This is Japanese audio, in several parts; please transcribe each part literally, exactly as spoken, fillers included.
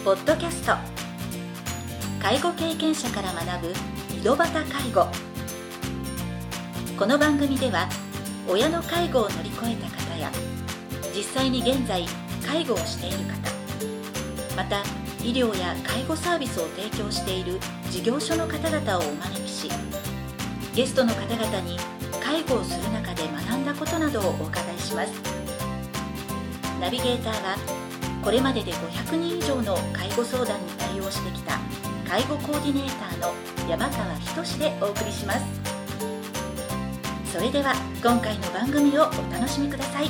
ポッドキャスト、介護経験者から学ぶ井戸端介護。この番組では親の介護を乗り越えた方や実際に現在介護をしている方、また医療や介護サービスを提供している事業所の方々をお招きし、ゲストの方々に介護をする中で学んだことなどをお伺いします。ナビゲーターはこれまででごひゃくにん以上の介護相談に対応してきた介護コーディネーターの山川仁でお送りします。それでは今回の番組をお楽しみください。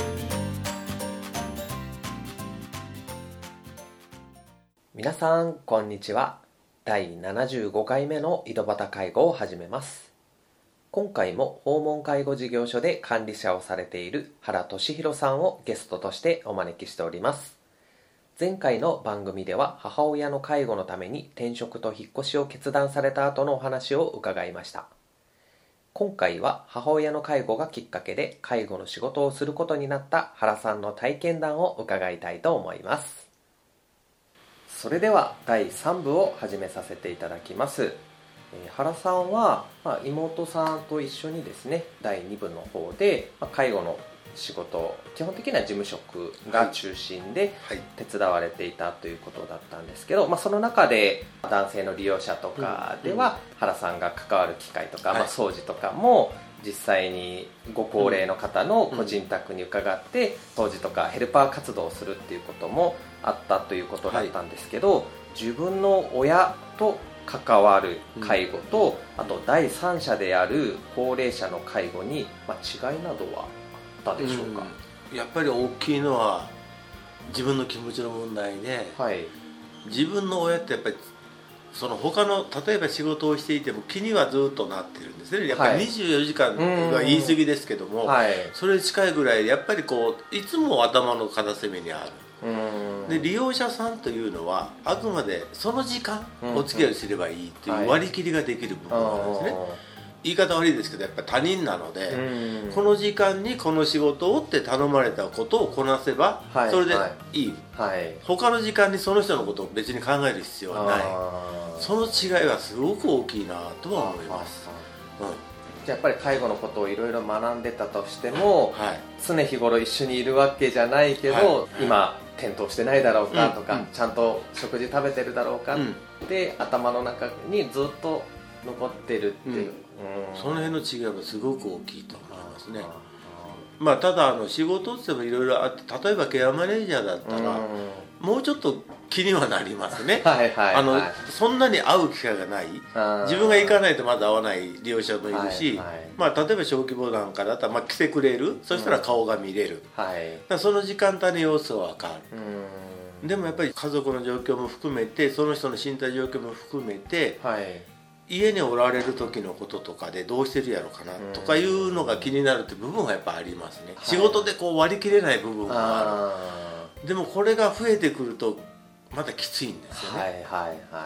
皆さんこんにちは。だいななじゅうごかいめの井戸端介護を始めます。今回も訪問介護事業所で管理者をされている原俊弘さんをゲストとしてお招きしております。前回の番組では母親の介護のために転職と引っ越しを決断された後のお話を伺いました。今回は母親の介護がきっかけで介護の仕事をすることになった原さんの体験談を伺いたいと思います。それではだいさんぶを始めさせていただきます。えー、原さんは、まあ、妹さんと一緒にですねだいにぶの方で、まあ、介護の仕事、基本的には事務職が中心で手伝われていたということだったんですけど、まあ、その中で男性の利用者とかでは原さんが関わる機会とか、まあ、掃除とかも実際にご高齢の方の個人宅に伺って掃除とかヘルパー活動をするっていうこともあったということだったんですけど、自分の親と関わる介護と、あと第三者である高齢者の介護に、まあ、違いなどはあったでしょうか？ うん、やっぱり大きいのは自分の気持ちの問題で、はい、自分の親ってやっぱりその他の例えば仕事をしていても気にはずっとなってるんですね。やっぱりにじゅうよじかんは言い過ぎですけども、はい、それに近いぐらいでやっぱりこういつも頭の片隅にある。で利用者さんというのはあくまでその時間お付き合いすればいいという割り切りができる部分なんですね。はい、言い方悪いですけどやっぱり他人なので、この時間にこの仕事をって頼まれたことをこなせばそれでいい、はいはい、他の時間にその人のことを別に考える必要はない。その違いはすごく大きいなとは思います。うん、 じゃあやっぱり介護のことをいろいろ学んでたとしても、はい、常日頃一緒にいるわけじゃないけど、はい、今転倒してないだろうかとか、うんうん、ちゃんと食事食べてるだろうかって、うん、頭の中にずっと残ってるっていう、うんうん、 その辺の違いはすごく大きいと思いますね。まあ、ただあの仕事ってもいろいろあって、例えばケアマネージャーだったら、うん、もうちょっと気にはなりますね。はいはいはい、あのそんなに会う機会がない、自分が行かないとまず会わない利用者もいるし、はいはい、まあ、例えば小規模なんかだったら、まあ、来てくれる、そしたら顔が見れる、うん、はい、だその時間帯の様子は分かる、うん、でもやっぱり家族の状況も含めてその人の身体状況も含めて、はい、家におられる時のこととかでどうしてるやろかなとかいうのが気になるって部分はやっぱありますね。はい、仕事でこう割り切れない部分もある。でもこれが増えてくるとまたきついんですよね。はいはいはい、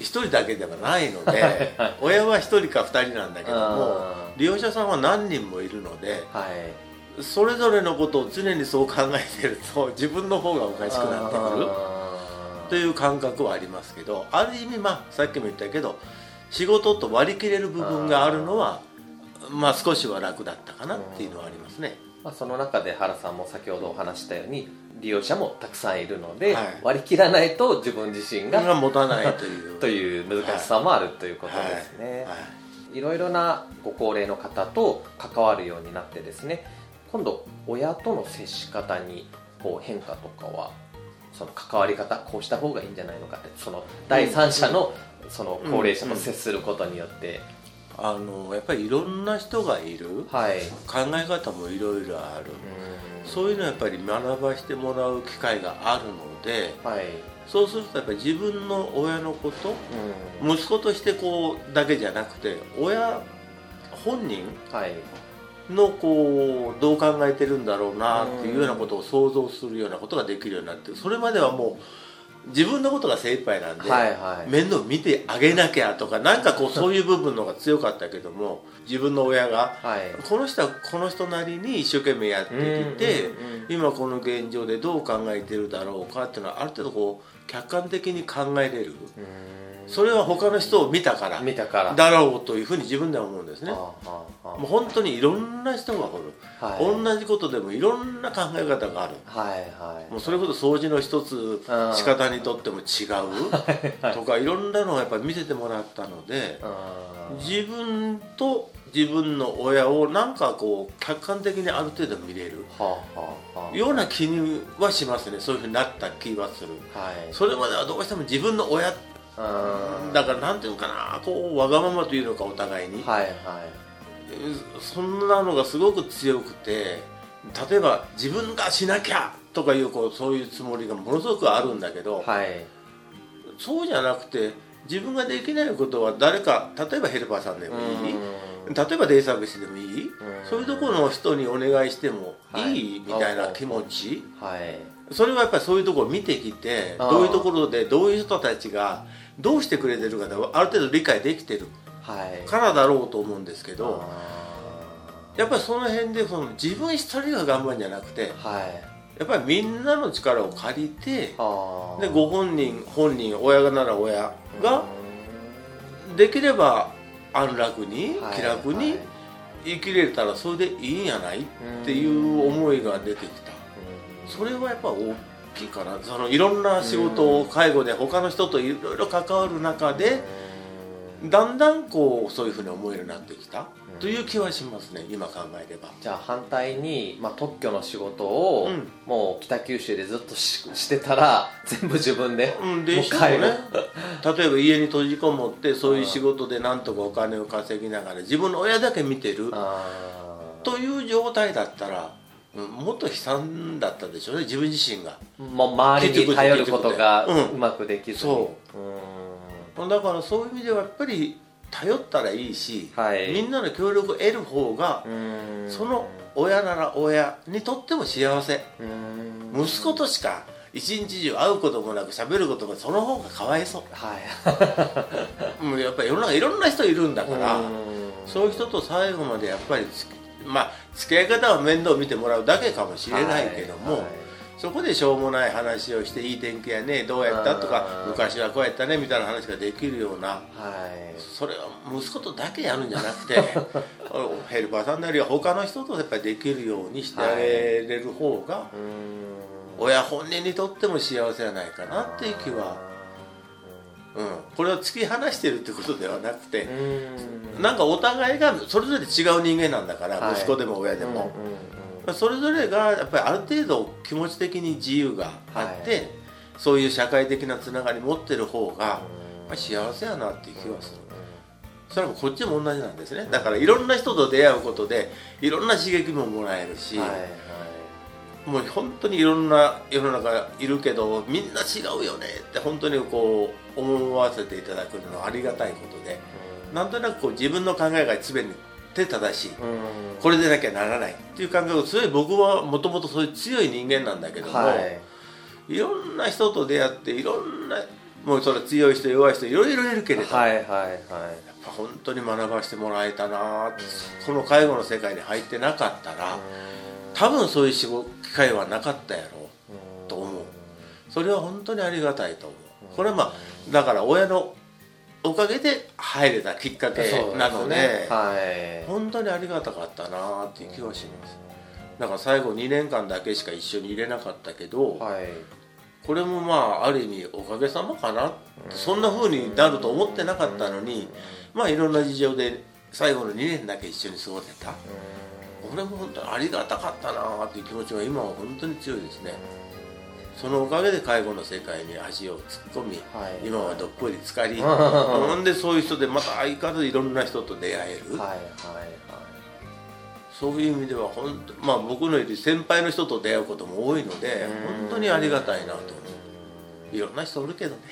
一人だけではないので親は一人か二人なんだけども利用者さんは何人もいるので、はい、それぞれのことを常にそう考えてると自分の方がおかしくなってくるという感覚はありますけど、ある意味、まあ、さっきも言ったけど仕事と割り切れる部分があるのはまあ少しは楽だったかなっていうのはありますね。 まあ、その中で原さんも先ほどお話したように利用者もたくさんいるので、はい、割り切らないと自分自身が持たないというという難しさもあるということですね。はいはいはい、いろいろなご高齢の方と関わるようになってですね、今度親との接し方にこう変化とかは、その関わり方こうした方がいいんじゃないのかって、その第三者のその高齢者と接することによって、 うんうん、あのやっぱりいろんな人がいる、はい、考え方もいろいろある、うん、そういうのをやっぱり学ばせてもらう機会があるので、はい、そうするとやっぱり自分の親のこと、うん、息子としてこうだけじゃなくて親本人のこうどう考えてるんだろうなっていうようなことを想像するようなことができるようになって、それまではもう自分のことが精一杯なんで、はいはい、面倒見てあげなきゃとかなんかこうそういう部分の方が強かったけども自分の親が、はい、この人はこの人なりに一生懸命やってきて、うんうんうん、今この現状でどう考えてるだろうかっていうのはある程度こう客観的に考えれる、それは他の人を見たから見たからだろうというふうに自分では思うんですね。 ああああもう本当にいろんな人がおる、はい、同じことでもいろんな考え方がある、はいはい、もうそれこそ掃除の一つ仕方にとっても違うとかいろんなのをやっぱり見せてもらったので、自分と自分の親をなんかこう客観的にある程度見れる、はあはあはあ、ような気にはしますね。そういうふうになった気はする、はい、それまではどうしても自分の親だからなんていうのかな、こうわがままというのかお互いに、はいはい、そんなのがすごく強くて、例えば自分がしなきゃとかいう、こうそういうつもりがものすごくあるんだけど、はい、そうじゃなくて自分ができないことは誰か、例えばヘルパーさんでもいい、例えばデイサービスでもいい、そういうところの人にお願いしてもいい、はい、みたいな気持ち、はい、それはやっぱりそういうところを見てきて、どういうところでどういう人たちがどうしてくれてるかである程度理解できてるからだろうと思うんですけど、やっぱりその辺でその自分一人が頑張るんじゃなくて、はい、やっぱりみんなの力を借りて、でご本人本人親なら親ができれば安楽に気楽に生きれたらそれでいいんやないっていう思いが出てきた。それはやっぱ大きいかな。そのいろんな仕事を介護で他の人といろいろ関わる中でだんだんこうそういうふうに思えるようになってきたという気はしますね、今考えれば。 じゃあ反対に、まあ、特許の仕事を、うん、もう北九州でずっと し, してたら全部自分で、 うん、でしょうね例えば家に閉じこもってそういう仕事でなんとかお金を稼ぎながら自分の親だけ見てるという状態だったら、うん、もっと悲惨だったでしょうね、自分自身が。 もう周りに頼ることがうまくできずに、うん、そう、 うん、だからそういう意味ではやっぱり頼ったらいいし、はい、みんなの協力を得る方がその親なら親にとっても幸せ。息子としか一日中会うこともなく喋ることもその方がかわいそう、はい、もうやっぱり世の中いろんな人いるんだから、そういう人と最後までやっぱりまあ付き合い方は面倒を見てもらうだけかもしれないけども、はいはい、そこでしょうもない話をしていい天気やねどうやったとか昔はこうやったねみたいな話ができるような、はい、それは息子とだけやるんじゃなくてヘルパーさんなりは他の人とやっぱりできるようにしてあげれる方が、はい、親本人にとっても幸せじゃないかなっていう気は、うん、これは突き放してるってことではなくて、なんかお互いがそれぞれ違う人間なんだから、はい、息子でも親でも、うんうんうん、それぞれがやっぱりある程度気持ち的に自由があって、はい、そういう社会的なつながり持ってる方が、まあ、幸せやなっていう気はする。それもこっちも同じなんですね。だからいろんな人と出会うことでいろんな刺激ももらえるし、はいはい、もう本当にいろんな世の中いるけどみんな違うよねって本当にこう思わせていただくのはありがたいことで、うん、なんとなくこう自分の考えが全て正しい、うん、これでなきゃならないっていう感覚が強い。僕はもともとそういう強い人間なんだけども、はい、いろんな人と出会っていろんなもうそれ強い人弱い人いろいろいるけれど、はいはいはい、やっぱ本当に学ばせてもらえたな、うん、この介護の世界に入ってなかったら、うん、多分そういう仕事機会はなかったやろうと思う。それは本当にありがたいと思う。これはまあだから親のおかげで入れたきっかけなの で, で、ね、はい、本当にありがたかったなっていう気はします。だから最後にねんかんだけしか一緒に入れなかったけど、はい、これもまあある意味おかげさまかな、そんな風になると思ってなかったのに、まあいろんな事情で最後のにねんだけ一緒に過ごせた。これも本当にありがたかったなっていう気持ちが今は本当に強いですね。そのおかげで介護の世界に足を突っ込み、はい、今はどっぷり浸かりほんでそういう人でまた相変わらずいろんな人と出会える、はいはいはい、そういう意味では本当、まあ、僕のより先輩の人と出会うことも多いので本当にありがたいなと思う。いろんな人おるけどね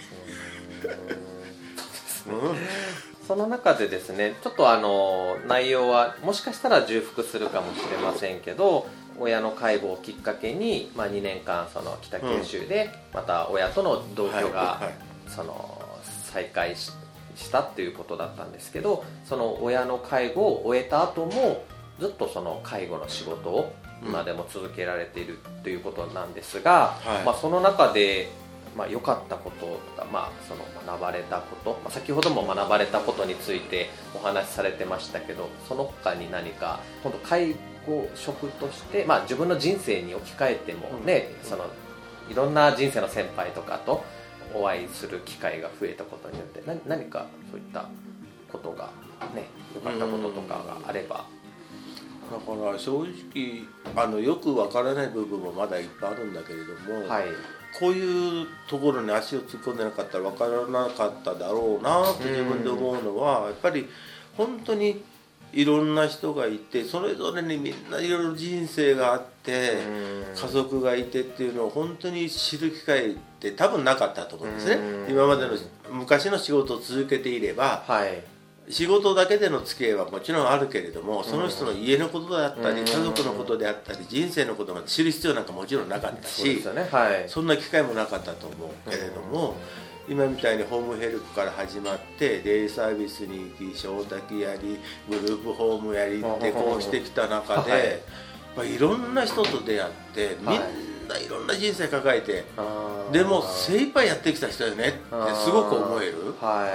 その中でですね、ちょっとあの内容はもしかしたら重複するかもしれませんけど、親の介護をきっかけに、まあ、にねんかんその北九州でまた親との同居がその再開 し, したっていうことだったんですけど、その親の介護を終えた後もずっとその介護の仕事を今でも続けられているということなんですが、はい、まあ、その中でまあ、良かったことが、まあ、その学ばれたこと、まあ、先ほども学ばれたことについてお話しされてましたけど、その他に何か今度介護職として、まあ、自分の人生に置き換えてもね、うん、そのいろんな人生の先輩とかとお会いする機会が増えたことによって何, 何かそういったことがね良かったこととかがあれば。 だから正直あのよくわからない部分もまだいっぱいあるんだけれども、はい、こういうところに足を突っ込んでなかったらわからなかっただろうなと自分で思うのは、やっぱり本当にいろんな人がいて、それぞれにみんないろいろ人生があって家族がいてっていうのを本当に知る機会って多分なかったと思うんですね。今までの昔の仕事を続けていれば、はい、仕事だけでの付き合いはもちろんあるけれども、その人の家のことであったり、家族のことであったり、人生のことまで知る必要なんかもちろんなかったし、 そうですよね、はい、そんな機会もなかったと思うけれども、今みたいにホームヘルプから始まってデイサービスに行き、小滝やり、グループホームやりってこうしてきた中で、はい、まあ、いろんな人と出会って、みんないろんな人生抱えて、はい、でも精一杯やってきた人よねってすごく思える。はい、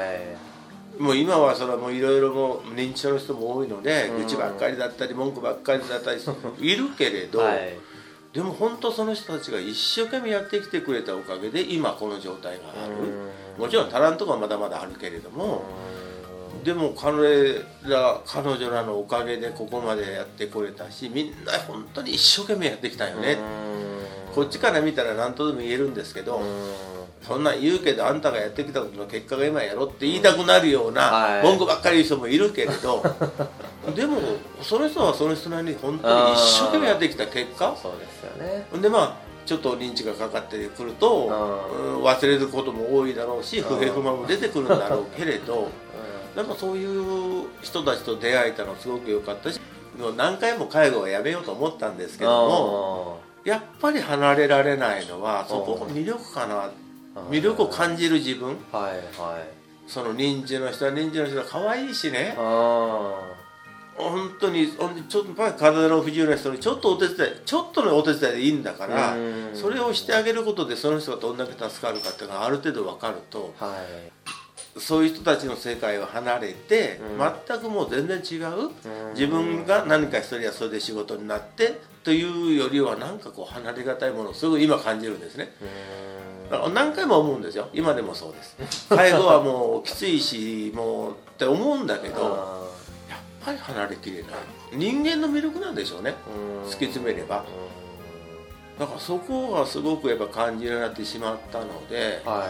もう今はそれはもういろいろもう認知症の人も多いので、愚痴ばっかりだったり文句ばっかりだったりいるけれど、はい、でも本当その人たちが一生懸命やってきてくれたおかげで今この状態がある。もちろんタラントがまだまだあるけれども、でも彼ら彼女らのおかげでここまでやってこれたし、みんな本当に一生懸命やってきたよね。こっちから見たら何とでも言えるんですけど、そんなん言うけどあんたがやってきたことの結果が今やろって言いたくなるような文句ばっかり言う人もいるけれど、でもその人はその人なりに本当に一生懸命やってきた結果、 そうですよね。 でまあちょっと認知がかかってくると、うん、忘れることも多いだろうし、不平不満も出てくるんだろうけれど、なんかそういう人たちと出会えたのすごく良かったし、何回も介護はやめようと思ったんですけども、やっぱり離れられないのはそこが魅力かな。魅力を感じる自分、はいはい、その認知の人は認知の人は可愛いしね、本当にちょっと体の不自由な人にちょっとお手伝い、ちょっとのお手伝いでいいんだから、それをしてあげることでその人がどんだけ助かるかっていうのがある程度分かると、はい、そういう人たちの世界を離れて、全くもう全然違う、自分が何か一人はそれで仕事になってというよりは、なんかこう離れがたいものをすごい今感じるんですね。何回も思うんですよ。今でもそうです。介護はもうきついしもうって思うんだけど、やっぱり離れきれない。人間の魅力なんでしょうね、突き詰めれば。だからそこがすごくやっぱ感じられてしまったので、はい、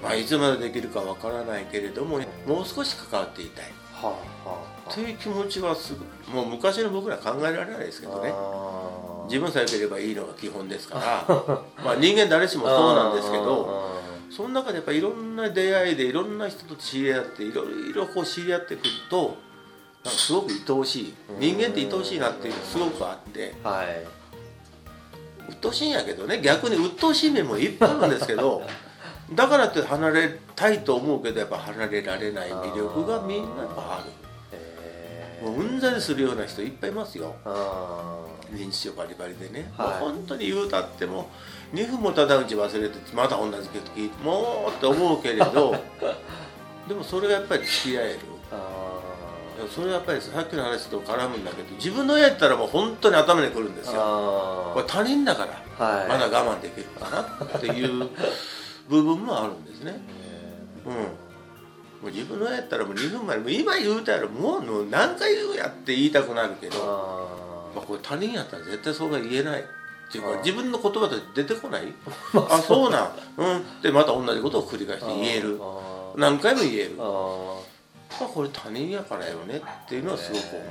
まあ、いつまでできるかわからないけれども、もう少し関わっていたい、はあはあ、という気持ちはすぐ、もう昔の僕ら考えられないですけどね。自分さえ良ければいいのが基本ですからまあ人間誰しもそうなんですけど、その中でやっぱりいろんな出会いでいろんな人と知り合っていろいろこう知り合ってくると、なんかすごく愛おしい、人間って愛おしいなっていうのがすごくあって、はい、鬱陶しいんやけどね、逆に鬱陶しい面もいっぱいあるんですけどだからって離れたいと思うけど、やっぱ離れられない魅力がみんなやっぱある。もううんざりするような人いっぱいいますよ。認知症バリバリでね、はい、もう本当に言うたってもにふんもただうち忘れてまた同じこと聞いてもうって思うけれどでもそれがやっぱり付き合える。それはやっぱりさっきの話と絡むんだけど、自分の親やったらもう本当に頭にくるんですよ。これ他人だから、はい、まだ我慢できるかなっていう部分もあるんですね。うん、もう自分の親やったらもうにふんまえ、もう今言うたらもう何回言うやって言いたくなるけど、まあ、これ他人やったら絶対そうが言えないっていうか、自分の言葉で出てこないあ、そうなん、うんってまた同じことを繰り返して言える、何回も言える、あ、まあ、これ他人やからやろねっていうのはすごく思う、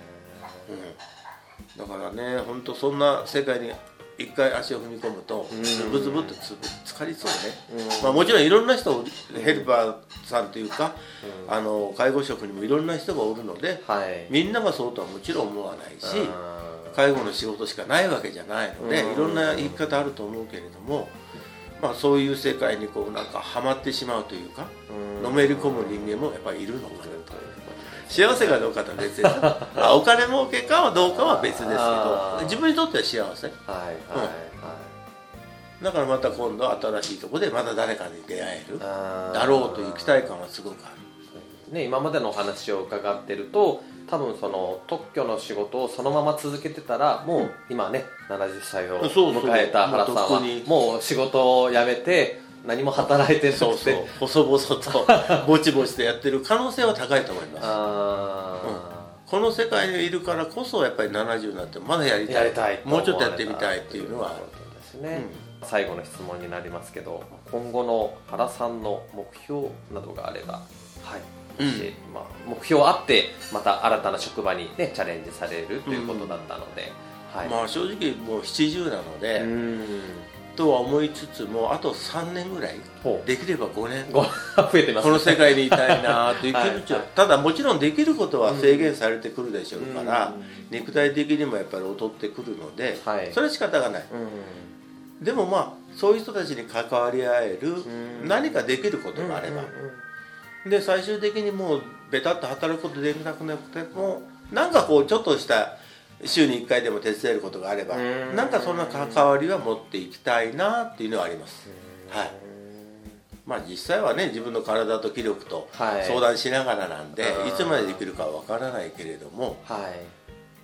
うん、だからね、本当そんな世界に一回足を踏み込むとズブズブってつかりそうね、まあ、もちろんいろんな人、ヘルパーさんというか、あの介護職にもいろんな人がおるので、はい、みんながそうとはもちろん思わないし、介護の仕事しかないわけじゃないので、いろんな言い方あると思うけれども、まあ、そういう世界にこうなんかハマってしまうというか、のめり込む人間もやっぱりいるのかなと。幸せかどうかとは別です。お金儲けかはどうかは別ですけど、自分にとっては幸せ。はいはいはい。 だからまた今度新しいところでまた誰かに出会えるだろうという期待感はすごくある、 ね、今までのお話を伺ってると多分その特許の仕事をそのまま続けてたらもう今ねななじゅっさいを迎えた原さんはもう仕事を辞めて何も働いてなくてそうそう細々とぼちぼちとやってる可能性は高いと思います。あ、うん、この世界にいるからこそやっぱりななじゅうになってまだやりたい、やりたいもうちょっとやってみたいっていうのはあるですね、うん、最後の質問になりますけど今後の原さんの目標などがあれば、はい、うん、まあ、目標あってまた新たな職場に、ね、チャレンジされるということだったので、うん、はい、 まあ、正直もうななじゅうなので、うん、とは思いつつもあとさんねんぐらいできればごねん増えてます、ね、 この世界にいたいなという気持ちは、はい、ただもちろんできることは制限されてくるでしょうから、うん、肉体的にもやっぱり劣ってくるので、はい、それは仕方がない、うん、でもまあそういう人たちに関わり合える何かできることがあれば、で最終的にもうベタッと働くことできなくなくてもなんかこうちょっとした週にいっかいでも手伝えることがあればなんかそんな関わりは持っていきたいなっていうのはあります、はい、まあ実際はね自分の体と気力と相談しながらなんで、はい、いつまでできるかはわからないけれども、はい、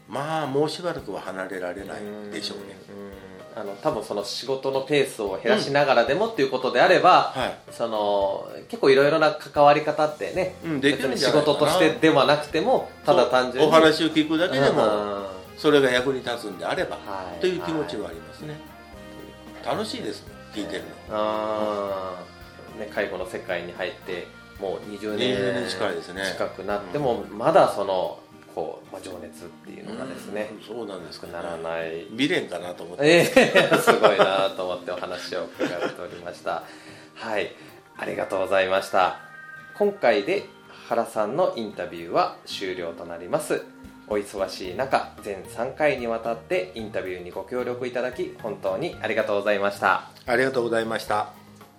まあもうしばらくは離れられないでしょうね。 あの多分その仕事のペースを減らしながらでもっていうことであれば、うん、はい、その結構いろいろな関わり方ってね、うん、別に仕事としてではなくてもただ単純にお話を聞くだけでも、うん、それが役に立つんであれば、はい、という気持ちはありますね、はい、楽しいです聞いてるの、あ、 ね、介護の世界に入ってもうにじゅうねん近いですね近くなっても、うん、まだそのこう、まあ、情熱っていうのがですね、 うん、そうなんですかね、 ならない未練かなと思って、えー、すごいなと思ってお話を伺っておりましたはい、ありがとうございました。今回で原さんのインタビューは終了となります。お忙しい中全さんかいにわたってインタビューにご協力いただき本当にありがとうございました。 ありがとうございました。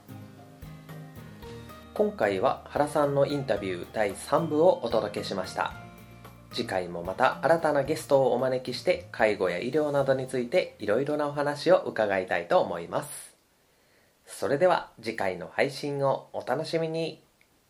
今回は原さんのインタビューだいさんぶをお届けしました。次回もまた新たなゲストをお招きして介護や医療などについていろいろなお話を伺いたいと思います。それでは次回の配信をお楽しみに。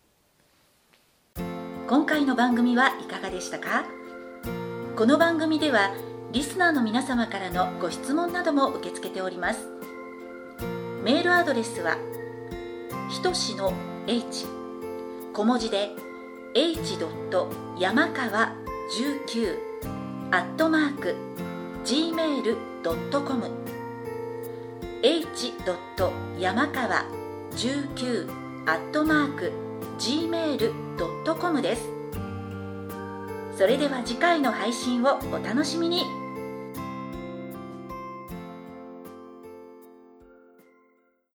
今回の番組はいかがでしたか？この番組ではリスナーの皆様からのご質問なども受け付けております。メールアドレスはひとしの H 小文字で H. 山川じゅうきゅう アットマーク ジーメール ドットコム H. 山川じゅうきゅう アットマーク ジーメール ドットコム です。それでは次回の配信をお楽しみに。